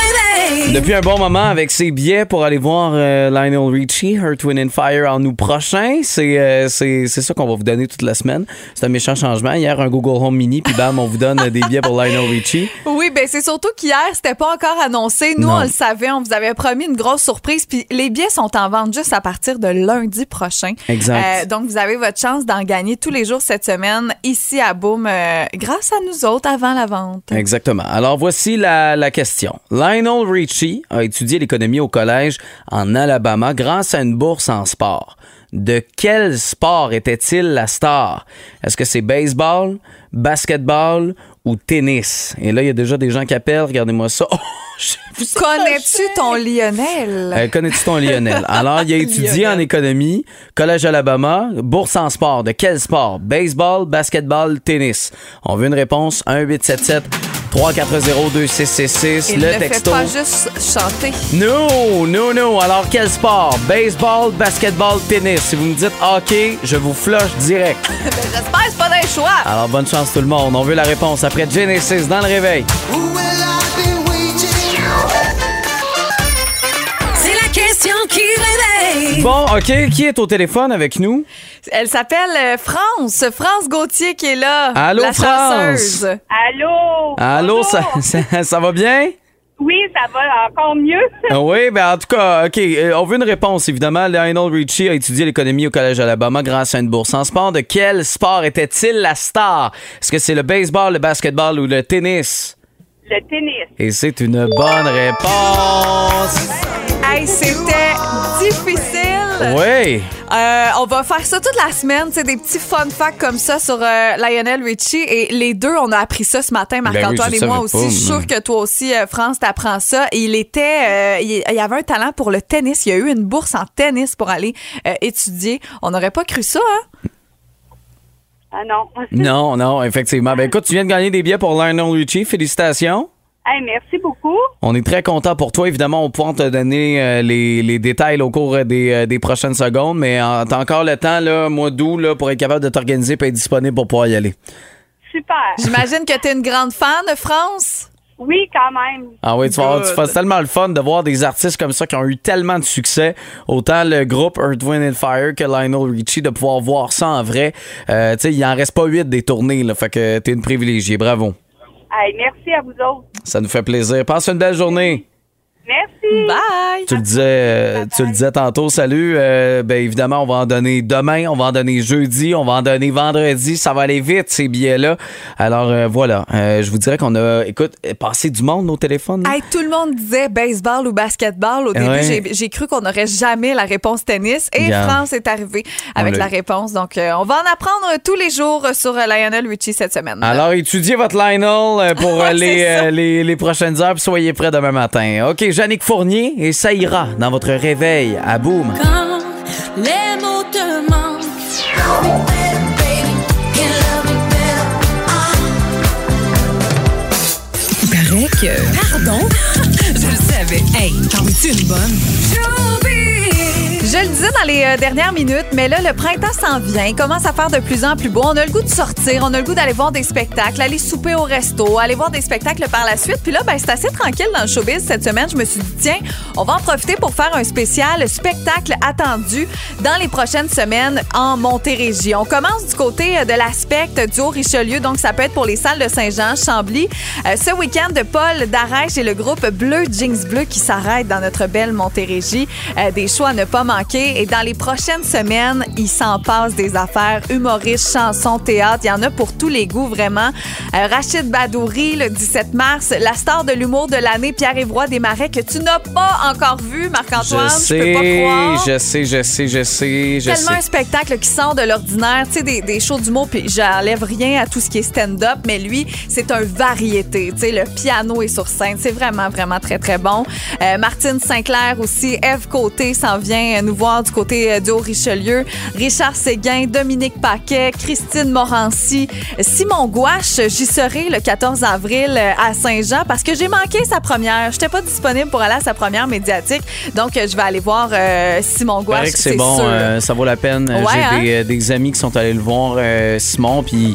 réveil. Depuis un bon moment avec ses billets pour aller voir Lionel Richie, Earth, Wind & Fire en août prochain. C'est ça qu'on va vous donner toute la semaine. C'est un méchant changement. Hier, un Google Home Mini, puis bam, on vous donne des billets pour Lionel Richie. Oui, ben c'est surtout qu'hier, c'était pas encore annoncé. Nous, Non. on le savait, on vous avait promis une grosse surprise. Puis les billets sont en vente juste à partir de lundi prochain. Exact. Donc, vous avez votre chance d'en gagner tous les jours cette semaine ici à Boom grâce à nous autres avant la vente. Exactement. Alors, voici la question. Lionel Richie a étudié l'économie au collège en Alabama grâce à une bourse en sport. De quel sport était-il la star? Est-ce que c'est baseball, basketball ou tennis? Et là, il y a déjà des gens qui appellent. Regardez-moi ça. Oh, Connais-tu ton Lionel? connais-tu ton Lionel? Alors, il a étudié en économie, collège Alabama, bourse en sport. De quel sport? Baseball, basketball, tennis. On veut une réponse. 1-877-340-2666. Il Le ne texto. fait pas juste chanter. Non. Alors, quel sport? Baseball, basketball, tennis. Si vous me dites hockey, je vous flush direct. J'espère que c'est pas d'un choix. Alors, bonne chance tout le monde. On veut la réponse après Genesis dans le réveil. C'est la question qui réveille. Bon, OK. Qui est au téléphone avec nous? Elle s'appelle France Gauthier qui est là. Allô, la France? chanceuse. Allô? Allô, Bonjour. ça va bien? Oui, ça va encore mieux. Oui, ben en tout cas, OK, on veut une réponse, évidemment. Lionel Richie a étudié l'économie au Collège Alabama grâce à une bourse en sport. De quel sport était-il la star? Est-ce que c'est le baseball, le basketball ou le tennis? Le tennis. Et c'est une bonne réponse! Hey, c'était difficile. Oui! On va faire ça toute la semaine, tu sais, des petits fun facts comme ça sur Lionel Richie. Et les deux, on a appris ça ce matin, Marc-Antoine oui, je et moi savais aussi. pas, Je suis sûre que toi aussi, France, t'apprends ça. Et il avait un talent pour le tennis. Il y a eu une bourse en tennis pour aller étudier. On n'aurait pas cru ça, hein? Ah non. Non, effectivement. Ben écoute, tu viens de gagner des billets pour Lionel Richie. Félicitations! Hey, merci beaucoup. On est très content pour toi. Évidemment, on pourra te donner les détails au cours des prochaines secondes, mais t'as encore le temps, là, mois d'août, là, pour être capable de t'organiser et être disponible pour pouvoir y aller. Super. J'imagine que t'es une grande fan, France? Oui, quand même. Ah oui, tu fais tellement le fun de voir des artistes comme ça qui ont eu tellement de succès. Autant le groupe Earth, Wind & Fire que Lionel Richie, de pouvoir voir ça en vrai. Tu sais, il en reste pas 8 des tournées, là, fait que t'es une privilégiée. Bravo. Hey, merci à vous autres. Ça nous fait plaisir. Passe une belle journée. Merci. Bye! Tu le disais tantôt, salut. Ben évidemment, on va en donner demain, on va en donner jeudi, on va en donner vendredi. Ça va aller vite, ces billets-là. Alors voilà, je vous dirais qu'on a, écoute, passé du monde au téléphone. Hey, tout le monde disait baseball ou basketball. Au début, Ouais. j'ai cru qu'on n'aurait jamais la réponse tennis. Et Regarde. France est arrivée avec la réponse. Donc, on va en apprendre tous les jours sur Lionel Richie cette semaine. Alors, étudiez votre Lionel pour Ouais, les prochaines heures, puis soyez prêts demain matin. OK, Jannick Fournier, et ça ira dans votre réveil à Boom. Quand les mots te manquent. Il paraît que... Pardon? Je le savais. Hey, t'en veux-tu une bonne? Je le disais dans les dernières minutes, mais là, le printemps s'en vient. Il commence à faire de plus en plus beau. On a le goût de sortir, on a le goût d'aller voir des spectacles, aller souper au resto, aller voir des spectacles par la suite. Puis là, ben, c'est assez tranquille dans le showbiz cette semaine. Je me suis dit, tiens, on va en profiter pour faire un spécial spectacle attendu dans les prochaines semaines en Montérégie. On commence du côté de l'Aspect du Haut-Richelieu, donc ça peut être pour les salles de Saint-Jean, Chambly. Ce week-end, de Paul Darèche et le groupe Bleu Jeans Bleu qui s'arrête dans notre belle Montérégie. Des choix à ne pas manquer. Et dans les prochaines semaines, il s'en passe des affaires humoristes, chansons, théâtre. Il y en a pour tous les goûts, vraiment. Rachid Badouri, le 17 mars. La star de l'humour de l'année, Pierre-Yves Roy Desmarais, que tu n'as pas encore vu, Marc-Antoine. Je peux pas croire. Je sais. Tellement un spectacle qui sort de l'ordinaire. Tu sais, des shows d'humour, puis j'enlève rien à tout ce qui est stand-up, mais lui, c'est un variété. Tu sais, le piano est sur scène. C'est vraiment, vraiment très, très bon. Martine Sinclair aussi. Ève Côté s'en vient nous voir du côté du Haut-Richelieu. Richard Séguin, Dominique Paquet, Christine Morancy, Simon Gouache. J'y serai le 14 avril à Saint-Jean parce que j'ai manqué sa première. Je n'étais pas disponible pour aller à sa première médiatique. Donc, je vais aller voir Simon Gouache. C'est bon, ça vaut la peine. Ouais, J'ai des amis qui sont allés le voir, Simon, puis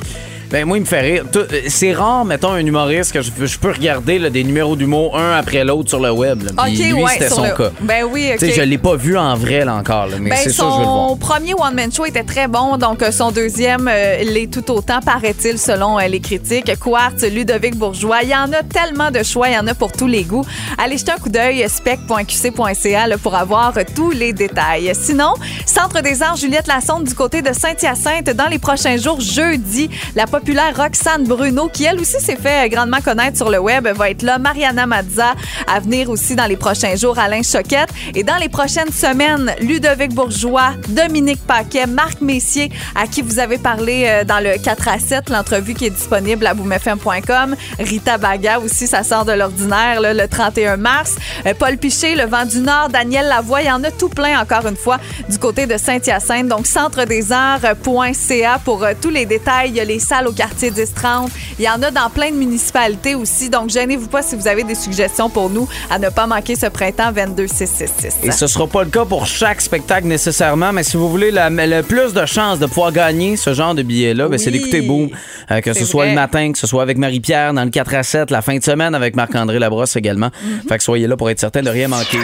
Ben moi, il me fait rire. C'est rare, mettons, un humoriste que je peux regarder là, des numéros d'humour un après l'autre sur le web. Là. Puis lui, c'était son cas. Ben oui, OK. Tu sais, je l'ai pas vu en vrai là encore, là, mais c'est ça que je veux le voir. Son premier one-man show était très bon, donc son deuxième l'est tout autant, paraît-il, selon les critiques. Quartz, Ludovic Bourgeois, il y en a tellement de choix, il y en a pour tous les goûts. Allez jeter un coup d'œil, spec.qc.ca pour avoir tous les détails. Sinon, Centre des Arts Juliette Lassonde du côté de Saint-Hyacinthe, dans les prochains jours, jeudi, la populaire Roxane Bruno, qui elle aussi s'est fait grandement connaître sur le web, va être là. Mariana Mazza à venir aussi dans les prochains jours, Alain Choquette. Et dans les prochaines semaines, Ludovic Bourgeois, Dominique Paquet, Marc Messier, à qui vous avez parlé dans le 4-7, l'entrevue qui est disponible à boomfm.com. Rita Baga aussi, ça sort de l'ordinaire là, le 31 mars. Paul Piché, Le Vent du Nord, Daniel Lavoie, il y en a tout plein encore une fois du côté de Saint-Hyacinthe. Donc, centredesarts.ca pour tous les détails. Il y a les salles au quartier 10-30. Il y en a dans plein de municipalités aussi. Donc, gênez-vous pas si vous avez des suggestions pour nous à ne pas manquer ce printemps 22-666. Et ce sera pas le cas pour chaque spectacle nécessairement, mais si vous voulez le plus de chances de pouvoir gagner ce genre de billets-là, ben, c'est d'écouter Boom. Que ce soit le matin, que ce soit avec Marie-Pierre dans le 4-7, la fin de semaine avec Marc-André Labrosse également. Fait que soyez là pour être certain de rien manquer.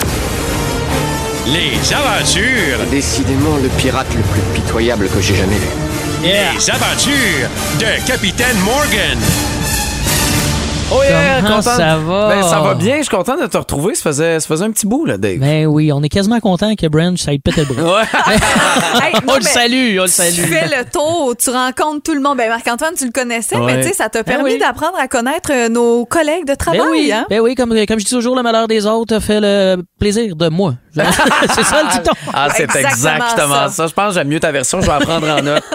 Les aventures. Décidément le pirate le plus pitoyable que j'ai jamais vu. Les aventures de Capitaine Morgan. Oh yeah, Comment content. ça va? Ben, ça va bien, je suis content de te retrouver. Ça faisait un petit bout, là, Dave. Ben oui, on est quasiment content que Branch, ça ait pété le bras. Hey, non, on le salue. Tu fais le tour, tu rencontres tout le monde. Ben Marc-Antoine, tu le connaissais, mais tu sais, ça t'a permis d'apprendre à connaître nos collègues de travail. Ben oui, hein? ben oui, comme je dis toujours, le malheur des autres fait le plaisir de moi. C'est ça le dicton. Ah, c'est exactement ça. Je pense que j'aime mieux ta version, je vais apprendre en note.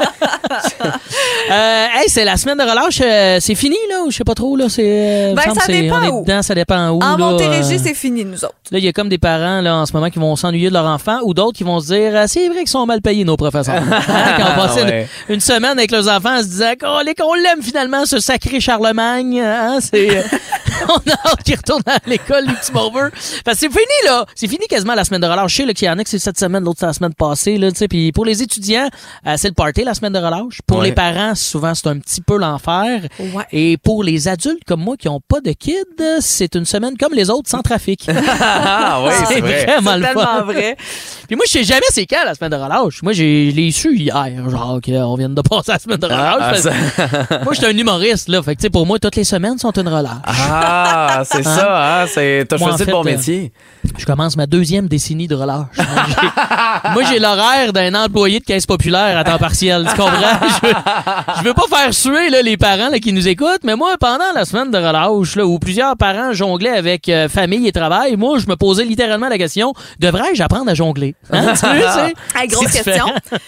Hey, c'est la semaine de relâche, c'est fini, là, ou je sais pas trop, là, c'est... Ben, ça dépend on est où. dedans, ça dépend où. En là, Montérégie, c'est fini, nous autres. Là, il y a comme des parents, là, en ce moment, qui vont s'ennuyer de leur enfant, ou d'autres qui vont se dire, c'est vrai qu'ils sont mal payés, nos professeurs. Hein, quand on passait une semaine avec leurs enfants, en se disant qu'on l'aime finalement, ce sacré Charlemagne, hein, c'est... on a hâte qu'ils retournent à l'école, les petits morveux. Parce que c'est fini, là. C'est fini quasiment la semaine de relâche. Je sais qu'il y en a que c'est cette semaine, l'autre c'est la semaine passée, là, tu sais. Puis pour les étudiants, c'est le party, la semaine de relâche. Pour les parents, souvent, c'est un petit peu l'enfer. Ouais. Et pour les adultes comme moi qui n'ont pas de kids, c'est une semaine comme les autres sans trafic. Ah oui, c'est vrai. Vraiment le tellement fun. vrai. Puis moi, je sais jamais c'est quand la semaine de relâche. Moi, je l'ai su hier, genre qu'on vient de passer la semaine de relâche. Moi, je suis un humoriste, là. Fait que, tu sais, pour moi, toutes les semaines sont une relâche. Ah, c'est ça, hein? T'as choisi le bon métier. Je commence ma deuxième décennie de relâche. Moi, j'ai l'horaire d'un employé de caisse populaire à temps partiel. Tu comprends? Je veux pas faire suer là, les parents là, qui nous écoutent, mais moi, pendant la semaine de relâche, là, où plusieurs parents jonglaient avec famille et travail, moi, je me posais littéralement la question, devrais-je apprendre à jongler? Hein? Tu sais? Hey, grosse question.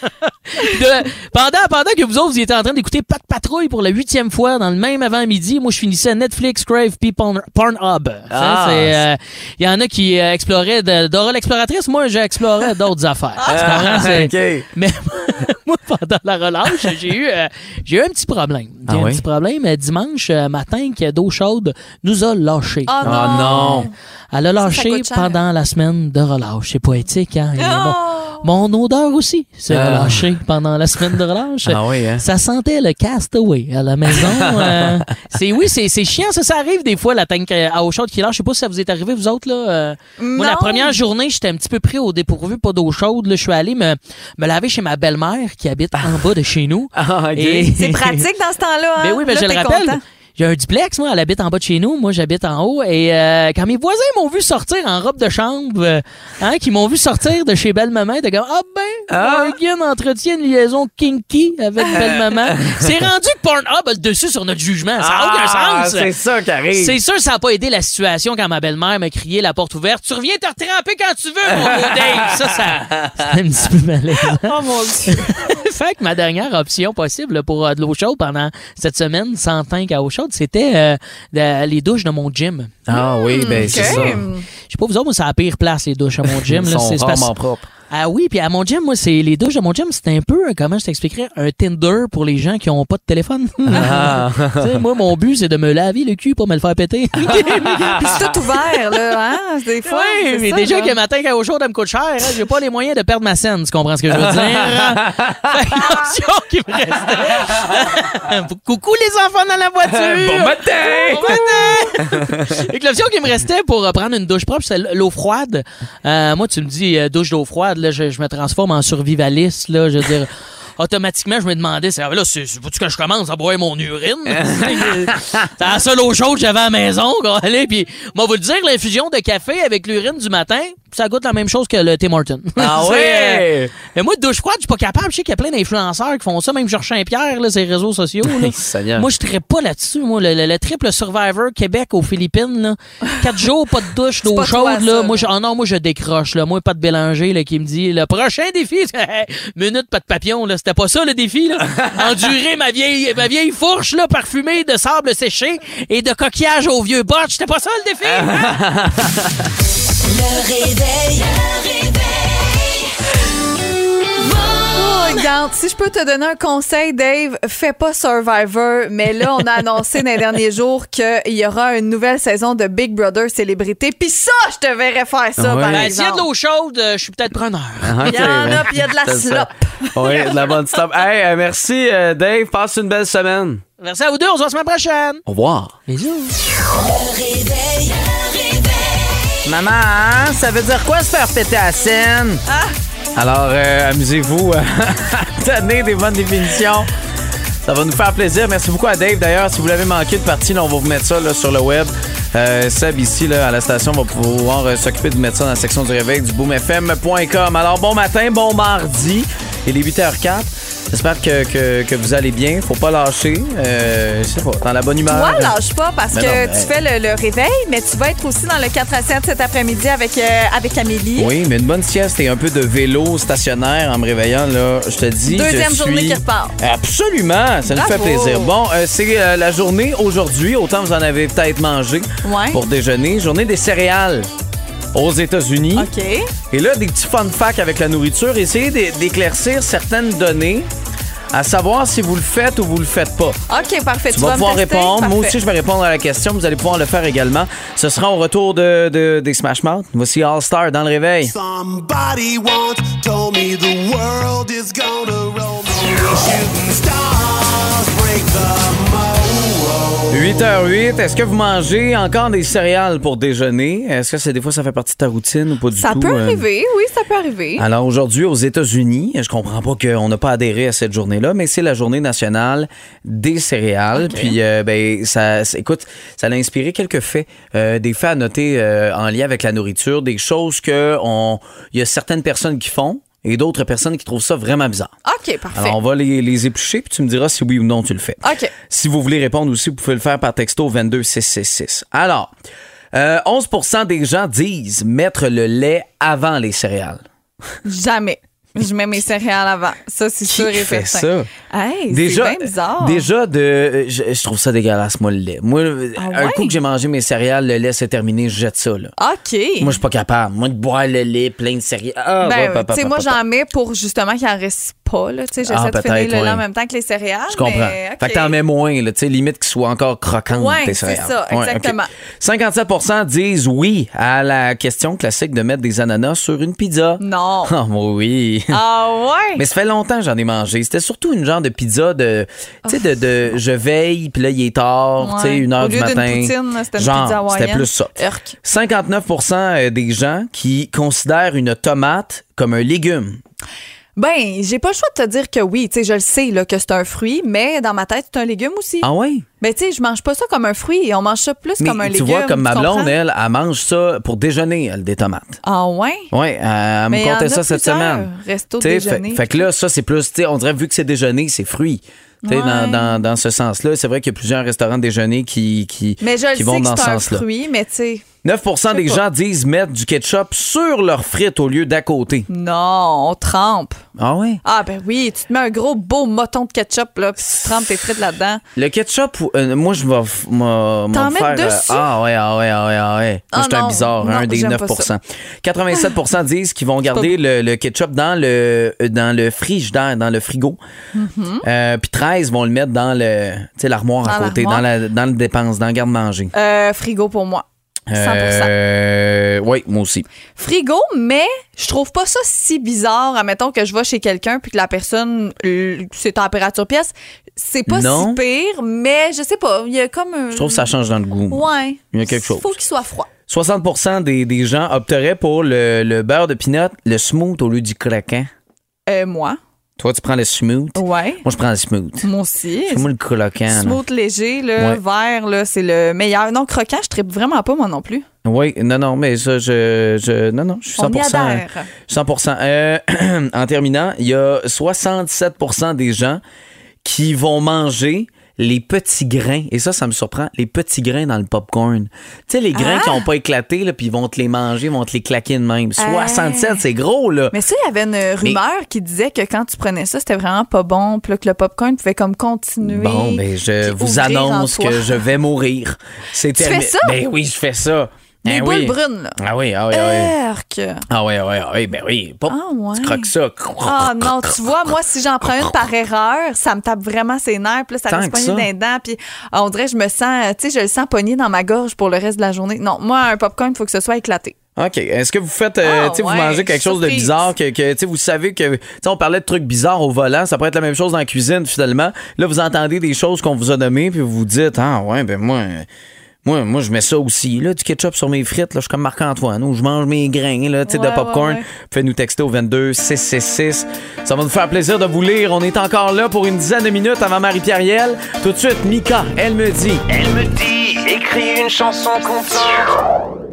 Pendant que vous autres, vous étiez en train d'écouter Pat Patrouille pour la 8e fois dans le même avant-midi, moi, je finissais Netflix, Crave, puis Pornhub. Il y en a qui exploraient Dora l'exploratrice. Moi, j'explorais d'autres affaires. Okay. Mais moi, pendant la relâche, j'ai eu un petit problème. Un petit problème. Dimanche matin, que d'eau chaude nous a lâchés. Oh non! Elle a lâché pendant la semaine de relâche. C'est poétique, hein? Mon odeur aussi s'est relâchée pendant la semaine de relâche. Ah oui, hein? Ça sentait le castaway à la maison. C'est chiant, ça arrive des fois, la tank à eau chaude qui lâche. Je sais pas si ça vous est arrivé, vous autres, là. Moi, la première journée, j'étais un petit peu pris au dépourvu, pas d'eau chaude. Là, je suis allé me laver chez ma belle-mère qui habite en bas de chez nous. Et c'est pratique dans ce temps-là, hein? Ben oui, ben là, je le rappelle. Content. J'ai un duplex, moi, elle habite en bas de chez nous, moi j'habite en haut, et quand mes voisins m'ont vu sortir en robe de chambre, qui m'ont vu sortir de chez Belle-Maman, t'es comme, Morgan entretient une liaison kinky avec Belle-Maman. C'est rendu que Pornhub a le dessus sur notre jugement, ça n'a aucun sens. C'est ça qui arrive. C'est sûr, ça n'a pas aidé la situation quand ma belle-mère m'a crié la porte ouverte, tu reviens te retremper quand tu veux, mon beau Dave. Ça c'est un petit peu malaisant. Oh mon Dieu. Fait que ma dernière option possible pour de l'eau chaude pendant cette semaine, sans tank à eau chaude, c'était les douches de mon gym. Ah oui, ben c'est ça. Je sais pas, vous autres, moi, c'est la pire place, les douches à mon gym. Ils là, sont c'est vraiment propres. Ah oui, puis à mon gym, moi, c'est les douches de mon gym, c'est un peu, comment je t'expliquerais, un Tinder pour les gens qui ont pas de téléphone. Tu sais, moi, mon but, c'est de me laver le cul pour me le faire péter. Puis c'est tout ouvert, là, hein? Des fois. Oui, mais ça, déjà là. que le matin, quand au chaud, elle me coûte cher, hein, j'ai pas les moyens de perdre ma scène, tu comprends ce que je veux dire? Fait que l'option qui me restait. Coucou les enfants dans la voiture! Bon matin! Bon matin! Et que l'option qui me restait pour prendre une douche propre, c'est l'eau froide. Moi, tu me dis douche d'eau froide, là, je me transforme en survivaliste, là, je veux dire. Automatiquement, je me demandais, là, faut-tu que je commence à boire mon urine? C'est la seule eau chaude que j'avais à la maison, quoi. Allez, puis, moi, vous le dire, l'infusion de café avec l'urine du matin, ça goûte la même chose que le Tim Hortons. Ah ouais! Mais moi, de douche froide, je suis pas capable. Je sais qu'il y a plein d'influenceurs qui font ça, même Georges Saint-Pierre, là, ces réseaux sociaux. Là. Moi, je ne pas là-dessus. Moi, le triple Survivor Québec aux Philippines, là, 4 jours, pas de douche, d'eau chaude. Là. Moi, moi, je décroche. Là. Moi, pas de Bélanger là, qui me dit le prochain défi, minute, pas de papillon. Là. C'était pas ça le défi. Là. Endurer ma vieille fourche là, parfumée de sable séché et de coquillage au vieux botch. C'était pas ça le défi. Le réveil. Oh, regarde, si je peux te donner un conseil, Dave, fais pas Survivor, mais là, on a annoncé dans les derniers jours qu'il y aura une nouvelle saison de Big Brother Célébrité. Puis ça, je te verrais faire ça, par exemple. S'il y a de l'eau chaude, je suis peut-être preneur. Il y en a, puis il y a de la slop. Oui, de la bonne slop. Hey, merci, Dave. Passe une belle semaine. Merci à vous deux. On se voit la semaine prochaine. Au revoir. Bisous. Le réveil. Maman, hein, ça veut dire quoi se faire péter la scène? Alors, amusez-vous à donner des bonnes définitions. Ça va nous faire plaisir. Merci beaucoup à Dave. D'ailleurs, si vous l'avez manqué de partie, là, on va vous mettre ça là, sur le web. Seb, ici, là, à la station, va pouvoir s'occuper de vous mettre ça dans la section du réveil du boomfm.com. Alors, bon matin, bon mardi. Il est 8h04. J'espère que vous allez bien. Faut pas lâcher. Je sais pas, dans la bonne humeur. Toi, lâche pas parce que tu fais le réveil, mais tu vas être aussi dans le 4 à 7 cet après-midi avec Amélie. Oui, mais une bonne sieste et un peu de vélo stationnaire en me réveillant, là, je te dis. Deuxième journée qui repart. Absolument, ça nous fait plaisir. Bon, c'est la journée aujourd'hui, autant vous en avez peut-être mangé pour déjeuner. Journée des céréales aux États-Unis. OK. Et là, des petits fun facts avec la nourriture. Essayez d'éclaircir certaines données, à savoir si vous le faites ou vous le faites pas. OK, parfait. Tu vas pouvoir répondre. Parfait. Moi aussi, je vais répondre à la question. Vous allez pouvoir le faire également. Ce sera au retour des Smash Mouth. Voici All Star dans le réveil. Somebody once told me the world is gonna roll me. Shooting stars break the mold. 8h08, est-ce que vous mangez encore des céréales pour déjeuner? Est-ce que des fois ça fait partie de ta routine ou pas du tout? Ça peut arriver, oui, ça peut arriver. Alors aujourd'hui, aux États-Unis, je comprends pas qu'on n'a pas adhéré à cette journée-là, mais c'est la journée nationale des céréales. Okay. Puis, écoute, ça a inspiré quelques faits, des faits à noter en lien avec la nourriture, des choses que il y a certaines personnes qui font et d'autres personnes qui trouvent ça vraiment bizarre. OK, parfait. Alors, on va les éplucher, puis tu me diras si oui ou non tu le fais. OK. Si vous voulez répondre aussi, vous pouvez le faire par texto 22666. Alors, 11% des gens disent mettre le lait avant les céréales. Jamais. Je mets mes céréales avant. Ça, c'est sûr et certain. Ça? Hey, déjà, c'est bien bizarre. Déjà, je trouve ça dégueulasse, moi, le lait. Moi, un coup que j'ai mangé mes céréales, le lait, c'est terminé, je jette ça. Là. OK. Moi, je suis pas capable. Moi, de boire le lait plein de céréales. Tu sais, moi, j'en mets pour justement qu'il en reste pas. J'essaie de finir le lait en même temps que les céréales. Je comprends. Mais, fait que t'en mets moins, là, limite qu'ils soient encore croquantes, tes céréales. C'est ça, exactement. Okay. 57% disent oui à la question classique de mettre des ananas sur une pizza. Non. Oh, oui. Ah ouais? Mais ça fait longtemps que j'en ai mangé. C'était surtout une genre de pizza de je veille, puis là, il est tard, 1h du matin. Au lieu d'une poutine, c'était une genre, pizza hawaïenne. C'était plus ça. 59% des gens qui considèrent une tomate comme un légume. Ben, j'ai pas le choix de te dire que oui. Tu sais, je le sais là, que c'est un fruit, mais dans ma tête, c'est un légume aussi. Ah oui? Ben, tu sais, je mange pas ça comme un fruit. On mange ça plus comme un légume. Tu vois, comme ma blonde, elle mange ça pour déjeuner, elle, des tomates. Ah ouais? Oui, elle me contait ça cette semaine. Resto de déjeuner. Fait que là, ça, c'est plus, tu sais, on dirait, vu que c'est déjeuner, c'est fruit. Ouais. Dans ce sens-là, c'est vrai qu'il y a plusieurs restaurants de déjeuner qui vont dans ce sens-là. Mais je le sais que c'est un fruit, mais tu sais... 9% des gens disent mettre du ketchup sur leurs frites au lieu d'à côté. Non, on trempe. Ah oui? Ah ben oui, tu te mets un gros beau moton de ketchup, là, puis tu trempes tes frites là-dedans. Le ketchup, moi, je vais T'en faire... mettre dessus? Ah ouais. Moi, je suis un bizarre, un des 9%. 87% disent qu'ils vont garder le ketchup dans le frigidaire, dans le frigo. Puis 13 vont le mettre dans l'armoire à côté, dans le dépense, dans le garde-manger. Frigo pour moi. 100%. Oui, moi aussi. Frigo, mais je trouve pas ça si bizarre. Admettons que je vais chez quelqu'un puis que la personne, c'est température pièce, c'est pas si pire, mais je sais pas, il y a comme un... Je trouve que ça change dans le goût. Ouais. Il y a quelque chose. Il faut qu'il soit froid. 60% des gens opteraient pour le beurre de pinot, le smooth au lieu du croquant. Moi. Toi, tu prends le smooth. Ouais. Moi, je prends le smooth. Moi aussi. C'est moi le croquant. Smooth léger, là, vert, là, c'est le meilleur. Non, croquant, je trippe vraiment pas, moi non plus. Oui, non, mais ça, je suis 100%. On y adhère. 100%. En terminant, il y a 77% des gens qui vont manger les petits grains. Et ça me surprend. Les petits grains dans le popcorn. Tu sais, les grains qui n'ont pas éclaté, là, puis ils vont te les manger, ils vont te les claquer de même. 67, c'est gros, là. Mais ça, il y avait une rumeur qui disait que quand tu prenais ça, c'était vraiment pas bon. Puis là, que le popcorn pouvait comme continuer. Bon, ben, je vous annonce que je vais mourir. Tu fais ça? Ben oui, je fais ça. Les boules brunes, là. Ah oui. Erk. Ah oui, ben oui. Tu croques ça. Ah non, tu vois, moi, si j'en prends une par erreur, ça me tape vraiment ses nerfs. Puis là, ça reste pogné dans les dents. Puis on dirait que je me sens, je le sens pogné dans ma gorge pour le reste de la journée. Non, moi, un popcorn, il faut que ce soit éclaté. OK. Est-ce que vous faites, vous mangez quelque chose de bizarre, que vous savez que, on parlait de trucs bizarres au volant, ça pourrait être la même chose dans la cuisine, finalement. Là, vous entendez des choses qu'on vous a nommées, puis vous vous dites, moi, je mets ça aussi, là, du ketchup sur mes frites. Là, je suis comme Marc-Antoine, où je mange mes grains là, de popcorn. Faites-nous texter au 22-666. Ça va nous faire plaisir de vous lire. On est encore là pour une dizaine de minutes avant Marie-Pierrielle. Tout de suite, Mika, elle me dit, écris une chanson contre